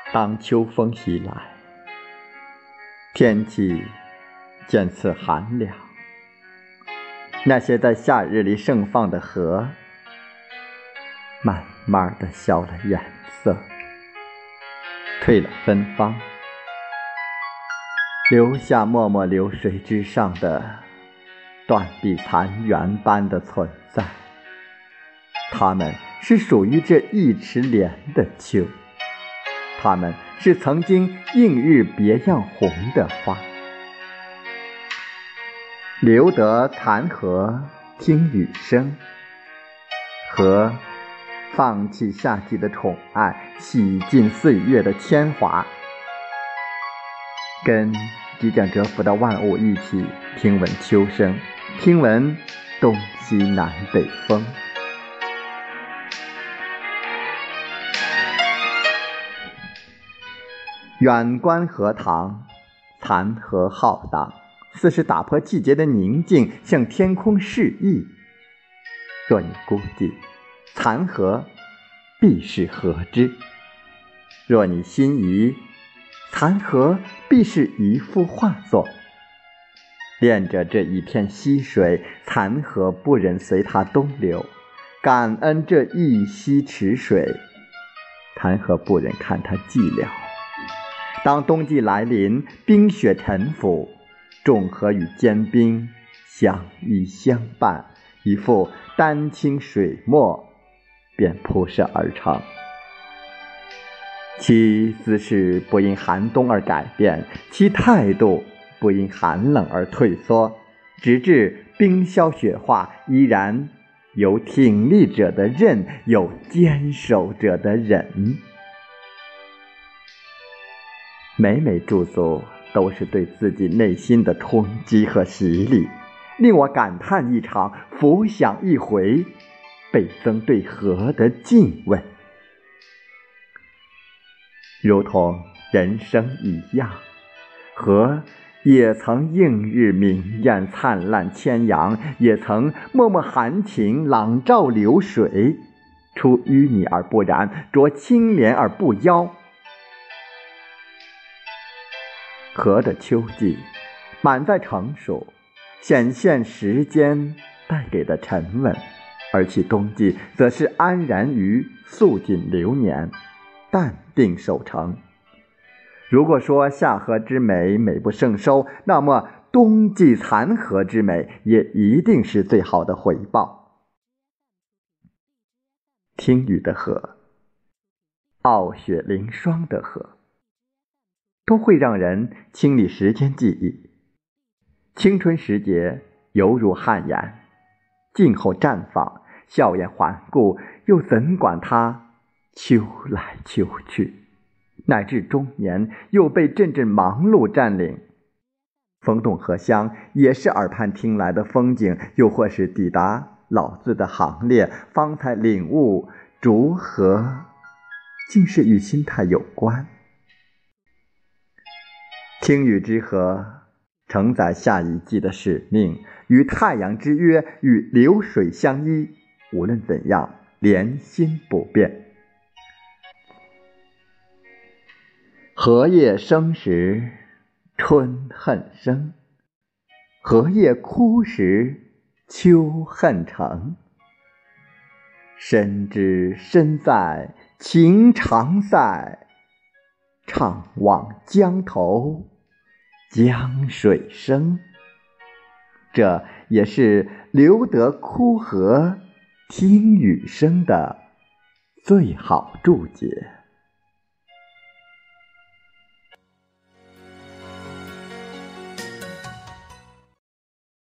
当秋风袭来，天气渐次寒凉，那些在夏日里盛放的荷，慢慢地消了颜色，褪了芬芳，留下脉脉流水之上的断壁残垣般的存在。它们是属于这一池莲的秋，它们是曾经映日别样红的花。留得残荷听雨声，荷放弃夏季的宠爱，洗尽岁月的铅华，跟即将蛰伏的万物一起听闻秋声，听闻东西南北风。远观荷塘，残荷浩荡，似是打破季节的宁静，向天空示意。若你估计，残荷必是荷枝；若你心仪，残荷必是一幅画作。恋着这一片溪水，残荷不忍随它东流，感恩这一溪池水，残荷不忍看它寂寥。当冬季来临，冰雪沉浮，众荷与坚冰相依相伴，一幅丹青水墨便铺设而成。其姿势不因寒冬而改变，其态度不因寒冷而退缩，直至冰消雪化，依然有挺立者的韧，有坚守者的忍。每每驻足，都是对自己内心的冲击和洗礼，令我感叹一场，浮想一回，倍增对荷的敬畏。如同人生一样，荷也曾映日明艳灿烂千阳，也曾脉脉含情朗照流水，出淤泥而不染，着清涟而不妖。荷的秋季满载成熟，显现时间带给的沉稳，而其冬季则是安然于素锦流年，淡定守成。如果说夏荷之美美不胜收，那么冬季残荷之美也一定是最好的回报。听雨的荷，傲雪凌霜的荷，都会让人清理时间记忆。青春时节犹如汗颜，静候绽放，笑颜环顾，又怎管它秋来秋去，乃至中年又被阵阵忙碌占领。风动荷香也是耳畔听来的风景，又或是抵达老子的行列，方才领悟竹荷竟是与心态有关。听雨之荷承载下一季的使命，与太阳之约，与流水相依，无论怎样连心不变。荷叶生时春恨生，荷叶枯时秋恨成。深知身在情长在，怅望江头江水声。这也是留得枯荷听雨声的最好注解。